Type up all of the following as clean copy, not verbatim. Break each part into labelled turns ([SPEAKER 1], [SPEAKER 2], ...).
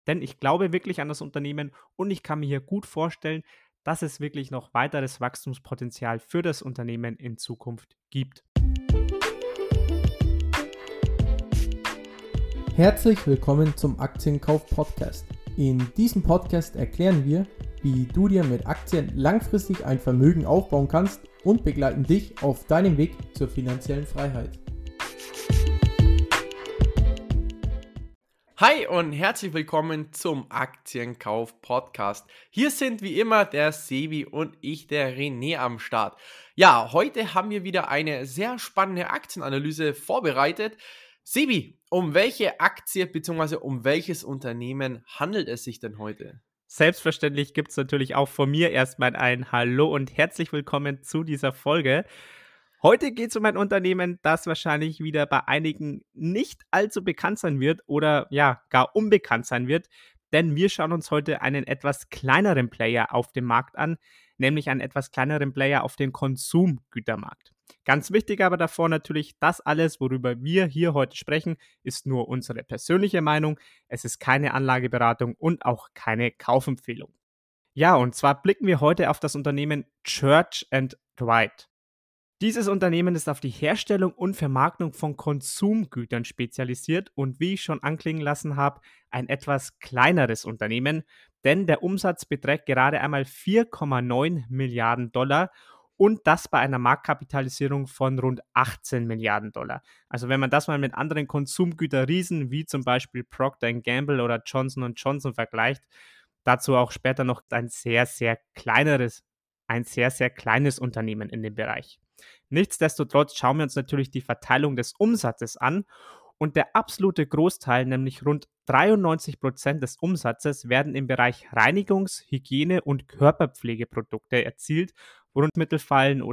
[SPEAKER 1] denn ich glaube wirklich an das Unternehmen und ich kann mir hier gut vorstellen, dass es wirklich noch weiteres Wachstumspotenzial für das Unternehmen in Zukunft gibt.
[SPEAKER 2] Herzlich willkommen zum Aktienkauf-Podcast. In diesem Podcast erklären wir, wie du dir mit Aktien langfristig ein Vermögen aufbauen kannst und begleiten dich auf deinem Weg zur finanziellen Freiheit.
[SPEAKER 3] Hi und herzlich willkommen zum Aktienkauf-Podcast. Hier sind wie immer der Sebi und ich, der René, am Start. Ja, heute haben wir wieder eine sehr spannende Aktienanalyse vorbereitet. Sebi, um welche Aktie bzw. um welches Unternehmen handelt es sich denn heute?
[SPEAKER 1] Selbstverständlich gibt es natürlich auch von mir erstmal ein Hallo und herzlich willkommen zu dieser Folge. Heute geht es um ein Unternehmen, das wahrscheinlich wieder bei einigen nicht allzu bekannt sein wird oder ja, gar unbekannt sein wird, denn wir schauen uns heute einen etwas kleineren Player auf dem Markt an, nämlich einen etwas kleineren Player auf dem Konsumgütermarkt. Ganz wichtig aber davor natürlich, das alles, worüber wir hier heute sprechen, ist nur unsere persönliche Meinung. Es ist keine Anlageberatung und auch keine Kaufempfehlung. Ja, und zwar blicken wir heute auf das Unternehmen Church & Dwight. Dieses Unternehmen ist auf die Herstellung und Vermarktung von Konsumgütern spezialisiert und wie ich schon anklingen lassen habe, ein etwas kleineres Unternehmen, denn der Umsatz beträgt gerade einmal 4,9 Milliarden Dollar und das bei einer Marktkapitalisierung von rund 18 Milliarden Dollar. Also wenn man das mal mit anderen Konsumgüterriesen wie zum Beispiel Procter Gamble oder Johnson Johnson vergleicht, dazu auch später noch ein sehr, sehr kleines Unternehmen in dem Bereich. Nichtsdestotrotz schauen wir uns natürlich die Verteilung des Umsatzes an und der absolute Großteil, nämlich rund 93% des Umsatzes, werden im Bereich Reinigungs-, Hygiene- und Körperpflegeprodukte erzielt, worunter Mittel fallen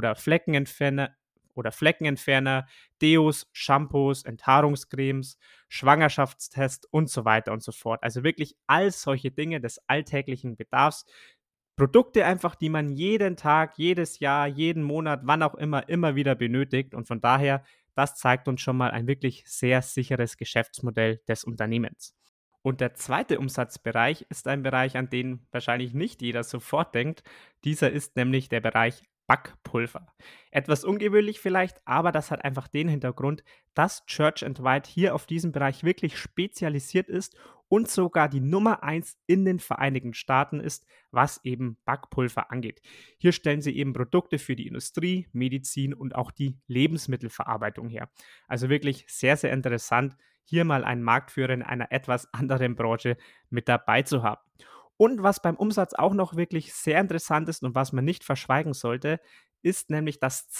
[SPEAKER 1] Fleckenentferner, Deos, Shampoos, Enthaarungscremes, Schwangerschaftstests und so weiter und so fort. Also wirklich all solche Dinge des alltäglichen Bedarfs, Produkte einfach, die man jeden Tag, jedes Jahr, jeden Monat, wann auch immer wieder benötigt und von daher, das zeigt uns schon mal ein wirklich sehr sicheres Geschäftsmodell des Unternehmens. Und der zweite Umsatzbereich ist ein Bereich, an den wahrscheinlich nicht jeder sofort denkt. Dieser ist nämlich der Bereich Backpulver. Etwas ungewöhnlich vielleicht, aber das hat einfach den Hintergrund, dass Church & Dwight hier auf diesem Bereich wirklich spezialisiert ist und sogar die Nummer 1 in den Vereinigten Staaten ist, was eben Backpulver angeht. Hier stellen sie eben Produkte für die Industrie, Medizin und auch die Lebensmittelverarbeitung her. Also wirklich sehr, sehr interessant, hier mal einen Marktführer in einer etwas anderen Branche mit dabei zu haben. Und was beim Umsatz auch noch wirklich sehr interessant ist und was man nicht verschweigen sollte, ist nämlich, dass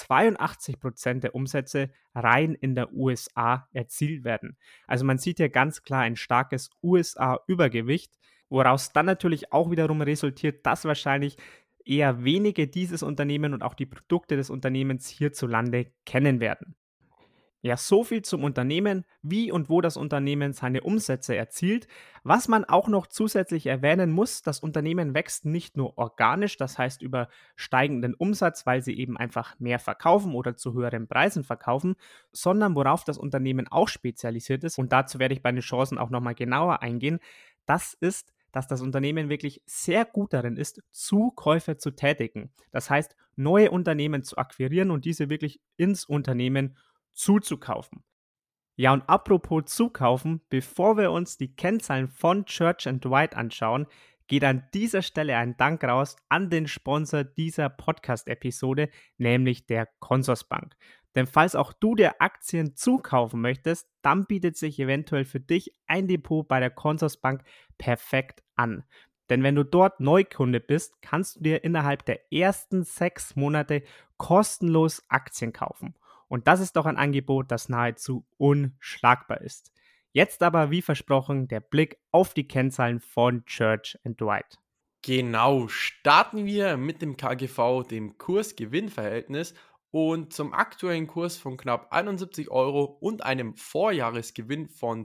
[SPEAKER 1] 82% der Umsätze rein in der USA erzielt werden. Also man sieht hier ganz klar ein starkes USA-Übergewicht, woraus dann natürlich auch wiederum resultiert, dass wahrscheinlich eher wenige dieses Unternehmen und auch die Produkte des Unternehmens hierzulande kennen werden. Ja, so viel zum Unternehmen, wie und wo das Unternehmen seine Umsätze erzielt. Was man auch noch zusätzlich erwähnen muss, das Unternehmen wächst nicht nur organisch, das heißt über steigenden Umsatz, weil sie eben einfach mehr verkaufen oder zu höheren Preisen verkaufen, sondern worauf das Unternehmen auch spezialisiert ist, und dazu werde ich bei den Chancen auch nochmal genauer eingehen, das ist, dass das Unternehmen wirklich sehr gut darin ist, Zukäufe zu tätigen. Das heißt, neue Unternehmen zu akquirieren und diese wirklich ins Unternehmen zuzukaufen. Ja, und apropos zukaufen, bevor wir uns die Kennzahlen von Church & Dwight anschauen, geht an dieser Stelle ein Dank raus an den Sponsor dieser Podcast-Episode, nämlich der Consorsbank. Denn falls auch du dir Aktien zukaufen möchtest, dann bietet sich eventuell für dich ein Depot bei der Consorsbank perfekt an. Denn wenn du dort Neukunde bist, kannst du dir innerhalb der ersten 6 Monate kostenlos Aktien kaufen. Und das ist doch ein Angebot, das nahezu unschlagbar ist. Jetzt aber, wie versprochen, der Blick auf die Kennzahlen von Church & Dwight.
[SPEAKER 3] Genau, starten wir mit dem KGV, dem Kurs-Gewinn-Verhältnis, und zum aktuellen Kurs von knapp 71 Euro und einem Vorjahresgewinn von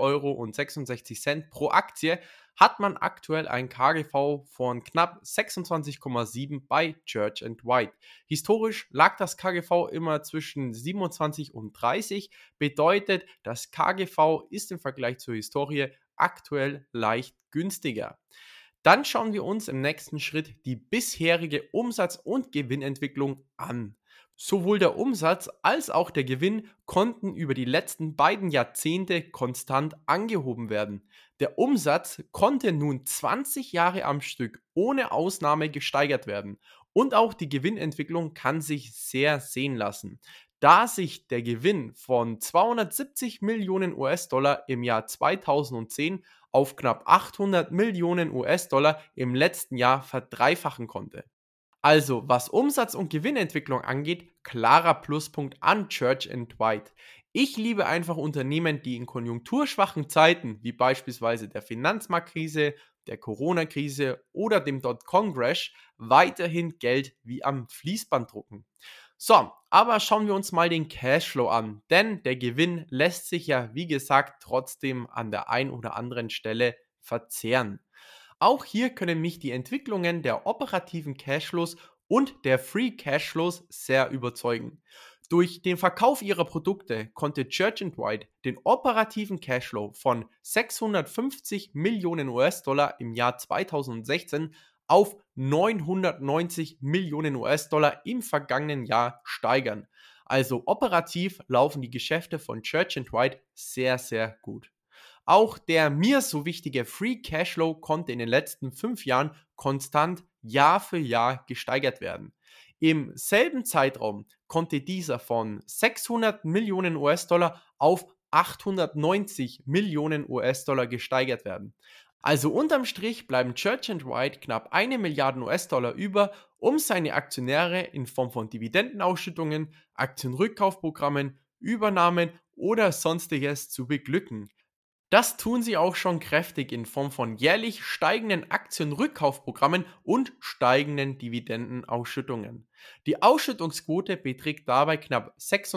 [SPEAKER 3] 2,66 € pro Aktie hat man aktuell ein KGV von knapp 26,7 bei Church & Dwight. Historisch lag das KGV immer zwischen 27 und 30, bedeutet, das KGV ist im Vergleich zur Historie aktuell leicht günstiger. Dann schauen wir uns im nächsten Schritt die bisherige Umsatz- und Gewinnentwicklung an. Sowohl der Umsatz als auch der Gewinn konnten über die letzten beiden Jahrzehnte konstant angehoben werden. Der Umsatz konnte nun 20 Jahre am Stück ohne Ausnahme gesteigert werden. Und auch die Gewinnentwicklung kann sich sehr sehen lassen, da sich der Gewinn von 270 Millionen US-Dollar im Jahr 2010 auf knapp 800 Millionen US-Dollar im letzten Jahr verdreifachen konnte. Also, was Umsatz- und Gewinnentwicklung angeht, klarer Pluspunkt an Church & Dwight. Ich liebe einfach Unternehmen, die in konjunkturschwachen Zeiten, wie beispielsweise der Finanzmarktkrise, der Corona-Krise oder dem Dotcom-Crash, weiterhin Geld wie am Fließband drucken. So, aber schauen wir uns mal den Cashflow an, denn der Gewinn lässt sich ja, wie gesagt, trotzdem an der ein oder anderen Stelle verzehren. Auch hier können mich die Entwicklungen der operativen Cashflows und der Free Cashflows sehr überzeugen. Durch den Verkauf ihrer Produkte konnte Church & Dwight den operativen Cashflow von 650 Millionen US-Dollar im Jahr 2016 auf 990 Millionen US-Dollar im vergangenen Jahr steigern. Also operativ laufen die Geschäfte von Church & Dwight sehr, sehr gut. Auch der mir so wichtige Free Cashflow konnte in den letzten 5 Jahren konstant Jahr für Jahr gesteigert werden. Im selben Zeitraum konnte dieser von 600 Millionen US-Dollar auf 890 Millionen US-Dollar gesteigert werden. Also unterm Strich bleiben Church & Dwight knapp 1 Milliarde US-Dollar über, um seine Aktionäre in Form von Dividendenausschüttungen, Aktienrückkaufprogrammen, Übernahmen oder sonstiges zu beglücken. Das tun sie auch schon kräftig in Form von jährlich steigenden Aktienrückkaufprogrammen und steigenden Dividendenausschüttungen. Die Ausschüttungsquote beträgt dabei knapp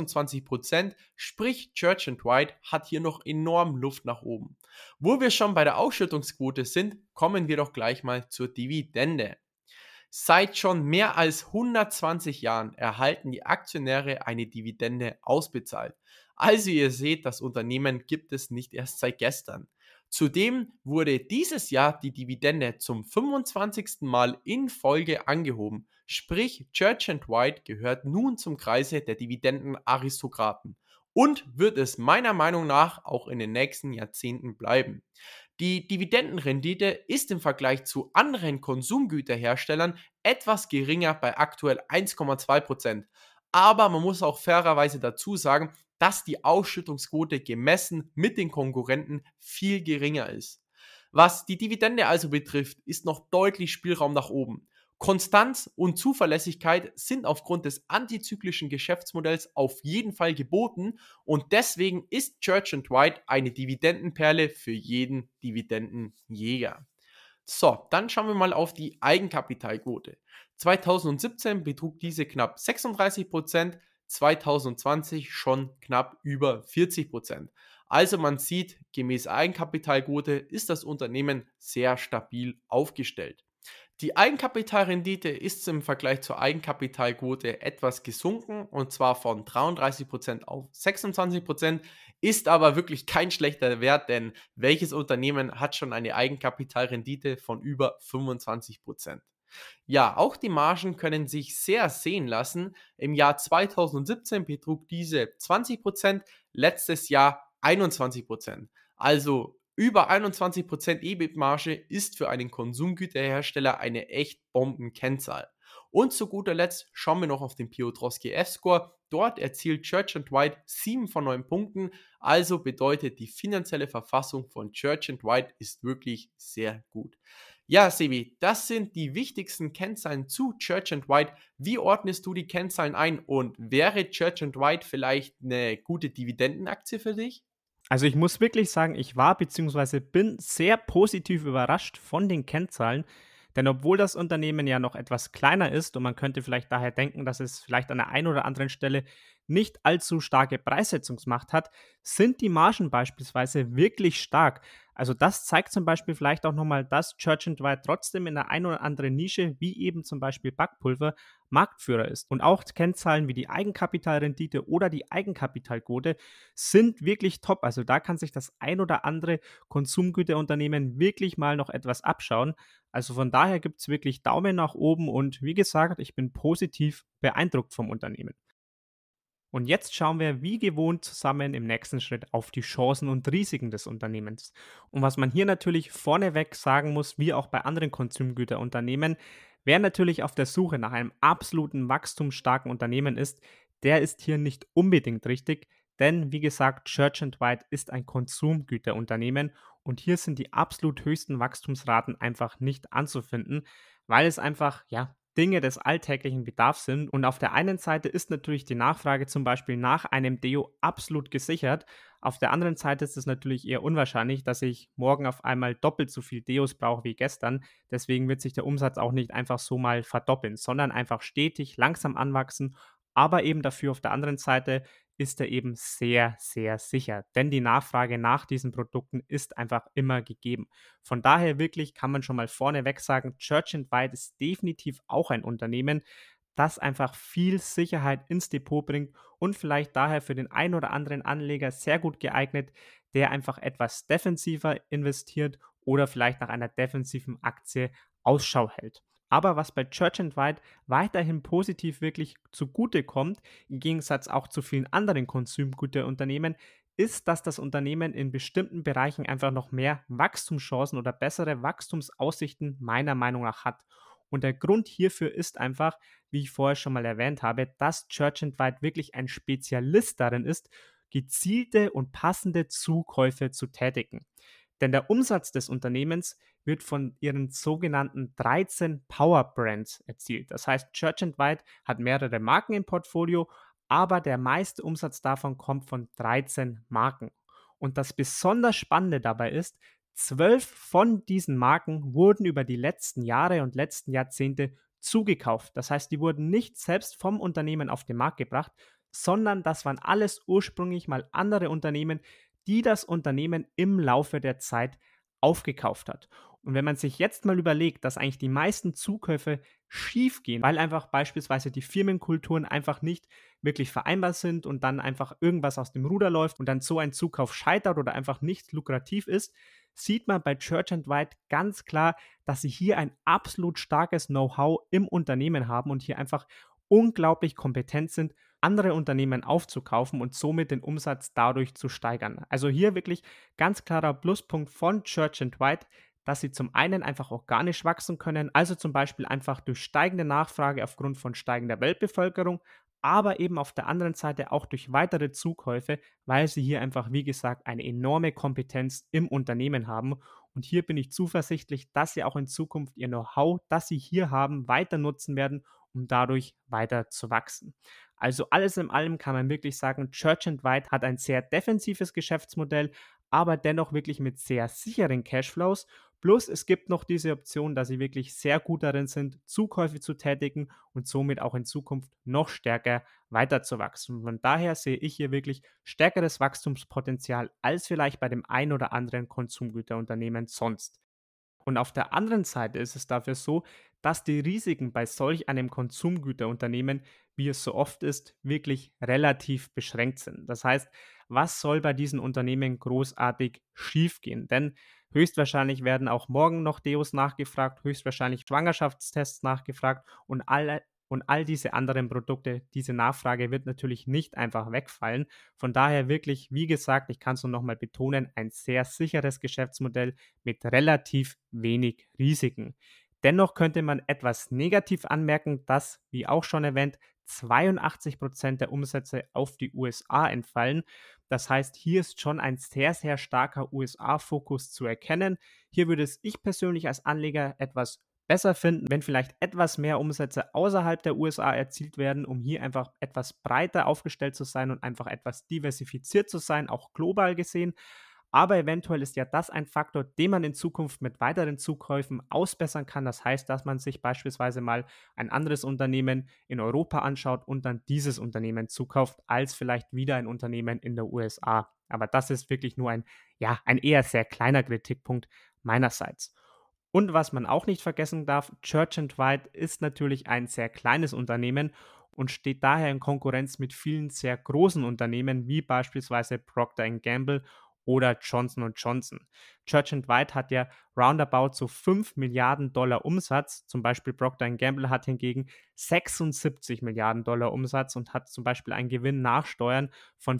[SPEAKER 3] 26%, sprich Church & Dwight hat hier noch enorm Luft nach oben. Wo wir schon bei der Ausschüttungsquote sind, kommen wir doch gleich mal zur Dividende. Seit schon mehr als 120 Jahren erhalten die Aktionäre eine Dividende ausbezahlt. Also ihr seht, das Unternehmen gibt es nicht erst seit gestern. Zudem wurde dieses Jahr die Dividende zum 25. Mal in Folge angehoben. Sprich, Church & Dwight gehört nun zum Kreise der Dividendenaristokraten und wird es meiner Meinung nach auch in den nächsten Jahrzehnten bleiben. Die Dividendenrendite ist im Vergleich zu anderen Konsumgüterherstellern etwas geringer bei aktuell 1,2%. Aber man muss auch fairerweise dazu sagen, dass die Ausschüttungsquote gemessen mit den Konkurrenten viel geringer ist. Was die Dividende also betrifft, ist noch deutlich Spielraum nach oben. Konstanz und Zuverlässigkeit sind aufgrund des antizyklischen Geschäftsmodells auf jeden Fall geboten und deswegen ist Church & Dwight eine Dividendenperle für jeden Dividendenjäger. So, dann schauen wir mal auf die Eigenkapitalquote. 2017 betrug diese knapp 36%, 2020 schon knapp über 40%. Also man sieht, gemäß Eigenkapitalquote ist das Unternehmen sehr stabil aufgestellt. Die Eigenkapitalrendite ist im Vergleich zur Eigenkapitalquote etwas gesunken und zwar von 33% auf 26%, ist aber wirklich kein schlechter Wert, denn welches Unternehmen hat schon eine Eigenkapitalrendite von über 25%? Ja, auch die Margen können sich sehr sehen lassen. Im Jahr 2017 betrug diese 20%, letztes Jahr 21%. Also über 21% EBIT-Marge ist für einen Konsumgüterhersteller eine echt Bombenkennzahl. Und zu guter Letzt schauen wir noch auf den Piotrowski F-Score. Dort erzielt Church & Dwight 7 von 9 Punkten, also bedeutet die finanzielle Verfassung von Church & Dwight ist wirklich sehr gut. Ja, Sebi, das sind die wichtigsten Kennzahlen zu Church & Dwight. Wie ordnest du die Kennzahlen ein und wäre Church & Dwight vielleicht eine gute Dividendenaktie für dich?
[SPEAKER 1] Also ich muss wirklich sagen, ich war bzw. bin sehr positiv überrascht von den Kennzahlen, denn obwohl das Unternehmen ja noch etwas kleiner ist und man könnte vielleicht daher denken, dass es vielleicht an der einen oder anderen Stelle nicht allzu starke Preissetzungsmacht hat, sind die Margen beispielsweise wirklich stark. Also das zeigt zum Beispiel vielleicht auch nochmal, dass Church & Dwight trotzdem in der einen oder anderen Nische, wie eben zum Beispiel Backpulver, Marktführer ist. Und auch Kennzahlen wie die Eigenkapitalrendite oder die Eigenkapitalquote sind wirklich top. Also da kann sich das ein oder andere Konsumgüterunternehmen wirklich mal noch etwas abschauen. Also von daher gibt es wirklich Daumen nach oben und wie gesagt, ich bin positiv beeindruckt vom Unternehmen. Und jetzt schauen wir wie gewohnt zusammen im nächsten Schritt auf die Chancen und Risiken des Unternehmens. Und was man hier natürlich vorneweg sagen muss, wie auch bei anderen Konsumgüterunternehmen, wer natürlich auf der Suche nach einem absoluten wachstumsstarken Unternehmen ist, der ist hier nicht unbedingt richtig, denn wie gesagt, Church & Dwight ist ein Konsumgüterunternehmen und hier sind die absolut höchsten Wachstumsraten einfach nicht anzufinden, weil es einfach, ja, Dinge des alltäglichen Bedarfs sind. Und auf der einen Seite ist natürlich die Nachfrage zum Beispiel nach einem Deo absolut gesichert. Auf der anderen Seite ist es natürlich eher unwahrscheinlich, dass ich morgen auf einmal doppelt so viel Deos brauche wie gestern. Deswegen wird sich der Umsatz auch nicht einfach so mal verdoppeln, sondern einfach stetig, langsam anwachsen. Aber eben dafür auf der anderen Seite ist er eben sehr, sehr sicher. Denn die Nachfrage nach diesen Produkten ist einfach immer gegeben. Von daher wirklich kann man schon mal vorneweg sagen, Church & Dwight ist definitiv auch ein Unternehmen, das einfach viel Sicherheit ins Depot bringt und vielleicht daher für den einen oder anderen Anleger sehr gut geeignet, der einfach etwas defensiver investiert oder vielleicht nach einer defensiven Aktie Ausschau hält. Aber was bei Church & Dwight weiterhin positiv wirklich zugute kommt, im Gegensatz auch zu vielen anderen Konsumgüterunternehmen, ist, dass das Unternehmen in bestimmten Bereichen einfach noch mehr Wachstumschancen oder bessere Wachstumsaussichten meiner Meinung nach hat. Und der Grund hierfür ist einfach, wie ich vorher schon mal erwähnt habe, dass Church & Dwight wirklich ein Spezialist darin ist, gezielte und passende Zukäufe zu tätigen. Denn der Umsatz des Unternehmens wird von ihren sogenannten 13 Power Brands erzielt. Das heißt, Church & Dwight hat mehrere Marken im Portfolio, aber der meiste Umsatz davon kommt von 13 Marken. Und das besonders Spannende dabei ist, 12 von diesen Marken wurden über die letzten Jahre und letzten Jahrzehnte zugekauft. Das heißt, die wurden nicht selbst vom Unternehmen auf den Markt gebracht, sondern das waren alles ursprünglich mal andere Unternehmen, die das Unternehmen im Laufe der Zeit aufgekauft hat. Und wenn man sich jetzt mal überlegt, dass eigentlich die meisten Zukäufe schiefgehen, weil einfach beispielsweise die Firmenkulturen einfach nicht wirklich vereinbar sind und dann einfach irgendwas aus dem Ruder läuft und dann so ein Zukauf scheitert oder einfach nicht lukrativ ist, sieht man bei Church & Dwight ganz klar, dass sie hier ein absolut starkes Know-how im Unternehmen haben und hier einfach unglaublich kompetent sind, andere Unternehmen aufzukaufen und somit den Umsatz dadurch zu steigern. Also hier wirklich ganz klarer Pluspunkt von Church & Dwight, dass sie zum einen einfach organisch wachsen können, also zum Beispiel einfach durch steigende Nachfrage aufgrund von steigender Weltbevölkerung, aber eben auf der anderen Seite auch durch weitere Zukäufe, weil sie hier einfach, wie gesagt, eine enorme Kompetenz im Unternehmen haben. Und hier bin ich zuversichtlich, dass sie auch in Zukunft ihr Know-how, das sie hier haben, weiter nutzen werden, um dadurch weiter zu wachsen. Also alles in allem kann man wirklich sagen, Church & Dwight hat ein sehr defensives Geschäftsmodell, aber dennoch wirklich mit sehr sicheren Cashflows. Plus es gibt noch diese Option, dass sie wirklich sehr gut darin sind, Zukäufe zu tätigen und somit auch in Zukunft noch stärker weiterzuwachsen. Von daher sehe ich hier wirklich stärkeres Wachstumspotenzial als vielleicht bei dem ein oder anderen Konsumgüterunternehmen sonst. Und auf der anderen Seite ist es dafür so, dass die Risiken bei solch einem Konsumgüterunternehmen, wie es so oft ist, wirklich relativ beschränkt sind. Das heißt, was soll bei diesen Unternehmen großartig schiefgehen? Denn höchstwahrscheinlich werden auch morgen noch Deos nachgefragt, höchstwahrscheinlich Schwangerschaftstests nachgefragt und all diese anderen Produkte, diese Nachfrage wird natürlich nicht einfach wegfallen. Von daher wirklich, wie gesagt, ich kann es nur nochmal betonen, ein sehr sicheres Geschäftsmodell mit relativ wenig Risiken. Dennoch könnte man etwas negativ anmerken, dass, wie auch schon erwähnt, 82% der Umsätze auf die USA entfallen. Das heißt, hier ist schon ein sehr, sehr starker USA-Fokus zu erkennen. Hier würde es ich persönlich als Anleger etwas besser finden, wenn vielleicht etwas mehr Umsätze außerhalb der USA erzielt werden, um hier einfach etwas breiter aufgestellt zu sein und einfach etwas diversifiziert zu sein, auch global gesehen. Aber eventuell ist ja das ein Faktor, den man in Zukunft mit weiteren Zukäufen ausbessern kann. Das heißt, dass man sich beispielsweise mal ein anderes Unternehmen in Europa anschaut und dann dieses Unternehmen zukauft, als vielleicht wieder ein Unternehmen in der USA. Aber das ist wirklich nur ein eher sehr kleiner Kritikpunkt meinerseits. Und was man auch nicht vergessen darf, Church & Dwight ist natürlich ein sehr kleines Unternehmen und steht daher in Konkurrenz mit vielen sehr großen Unternehmen, wie beispielsweise Procter & Gamble oder Johnson & Johnson. Church & Dwight hat ja roundabout so 5 Milliarden Dollar Umsatz. Zum Beispiel Procter & Gamble hat hingegen 76 Milliarden Dollar Umsatz und hat zum Beispiel einen Gewinn nach Steuern von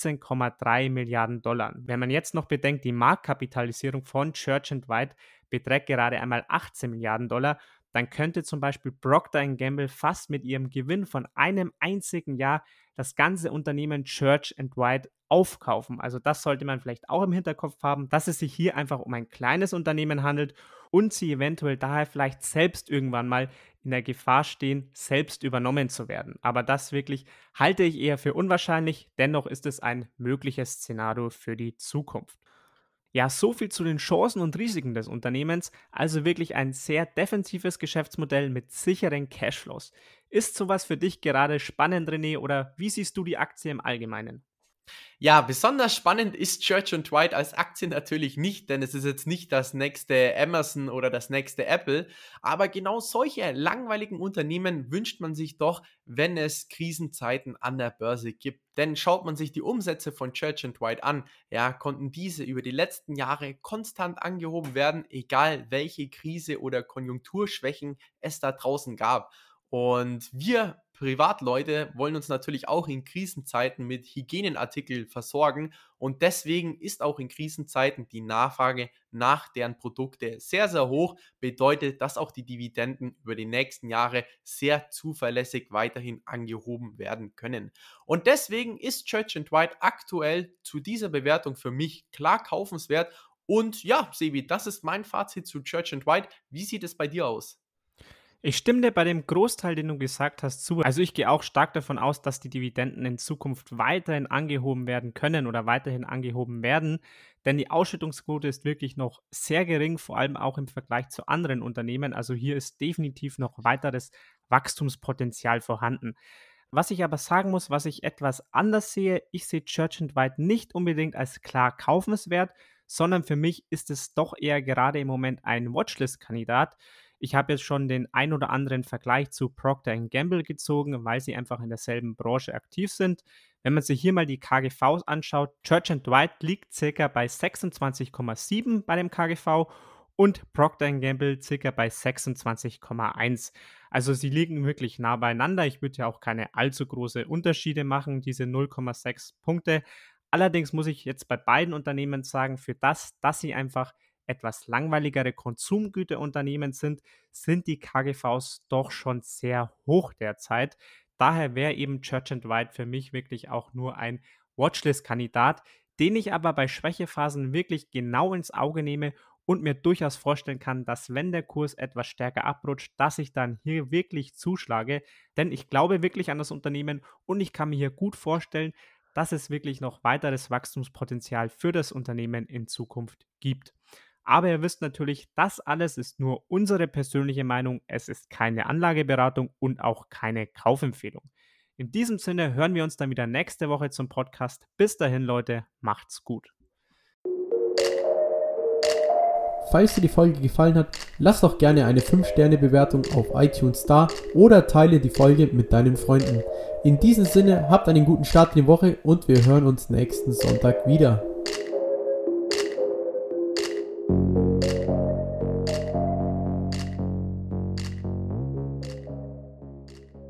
[SPEAKER 1] 14,3 Milliarden Dollar. Wenn man jetzt noch bedenkt, die Marktkapitalisierung von Church & Dwight beträgt gerade einmal 18 Milliarden Dollar, dann könnte zum Beispiel Procter & Gamble fast mit ihrem Gewinn von einem einzigen Jahr das ganze Unternehmen Church & Dwight aufkaufen. Also das sollte man vielleicht auch im Hinterkopf haben, dass es sich hier einfach um ein kleines Unternehmen handelt und sie eventuell daher vielleicht selbst irgendwann mal in der Gefahr stehen, selbst übernommen zu werden. Aber das wirklich halte ich eher für unwahrscheinlich, dennoch ist es ein mögliches Szenario für die Zukunft. Ja, so viel zu den Chancen und Risiken des Unternehmens, also wirklich ein sehr defensives Geschäftsmodell mit sicheren Cashflows. Ist sowas für dich gerade spannend, René, oder wie siehst du die Aktie im Allgemeinen?
[SPEAKER 3] Ja, besonders spannend ist Church & Dwight als Aktie natürlich nicht, denn es ist jetzt nicht das nächste Amazon oder das nächste Apple, aber genau solche langweiligen Unternehmen wünscht man sich doch, wenn es Krisenzeiten an der Börse gibt. Denn schaut man sich die Umsätze von Church & Dwight an, ja, konnten diese über die letzten Jahre konstant angehoben werden, egal welche Krise oder Konjunkturschwächen es da draußen gab. Und wir Privatleute wollen uns natürlich auch in Krisenzeiten mit Hygieneartikeln versorgen und deswegen ist auch in Krisenzeiten die Nachfrage nach deren Produkte sehr, sehr hoch, bedeutet, dass auch die Dividenden über die nächsten Jahre sehr zuverlässig weiterhin angehoben werden können. Und deswegen ist Church & Dwight aktuell zu dieser Bewertung für mich klar kaufenswert und ja, Sebi, das ist mein Fazit zu Church & Dwight. Wie sieht es bei dir aus?
[SPEAKER 1] Ich stimme dir bei dem Großteil, den du gesagt hast, zu. Also ich gehe auch stark davon aus, dass die Dividenden in Zukunft weiterhin angehoben werden können oder weiterhin angehoben werden, denn die Ausschüttungsquote ist wirklich noch sehr gering, vor allem auch im Vergleich zu anderen Unternehmen. Also hier ist definitiv noch weiteres Wachstumspotenzial vorhanden. Was ich aber sagen muss, was ich etwas anders sehe, ich sehe Church & Dwight nicht unbedingt als klar kaufenswert, sondern für mich ist es doch eher gerade im Moment ein Watchlist-Kandidat. Ich habe jetzt schon den ein oder anderen Vergleich zu Procter & Gamble gezogen, weil sie einfach in derselben Branche aktiv sind. Wenn man sich hier mal die KGVs anschaut, Church & Dwight liegt circa bei 26,7 bei dem KGV und Procter & Gamble circa bei 26,1. Also sie liegen wirklich nah beieinander. Ich würde ja auch keine allzu großen Unterschiede machen, diese 0,6 Punkte. Allerdings muss ich jetzt bei beiden Unternehmen sagen, für das, dass sie einfach etwas langweiligere Konsumgüterunternehmen sind die KGVs doch schon sehr hoch derzeit. Daher wäre eben Church & Dwight für mich wirklich auch nur ein Watchlist-Kandidat, den ich aber bei Schwächephasen wirklich genau ins Auge nehme und mir durchaus vorstellen kann, dass wenn der Kurs etwas stärker abrutscht, dass ich dann hier wirklich zuschlage, denn ich glaube wirklich an das Unternehmen und ich kann mir hier gut vorstellen, dass es wirklich noch weiteres Wachstumspotenzial für das Unternehmen in Zukunft gibt. Aber ihr wisst natürlich, das alles ist nur unsere persönliche Meinung. Es ist keine Anlageberatung und auch keine Kaufempfehlung. In diesem Sinne hören wir uns dann wieder nächste Woche zum Podcast. Bis dahin, Leute, macht's gut.
[SPEAKER 2] Falls dir die Folge gefallen hat, lass doch gerne eine 5-Sterne-Bewertung auf iTunes da oder teile die Folge mit deinen Freunden. In diesem Sinne, habt einen guten Start in die Woche und wir hören uns nächsten Sonntag wieder.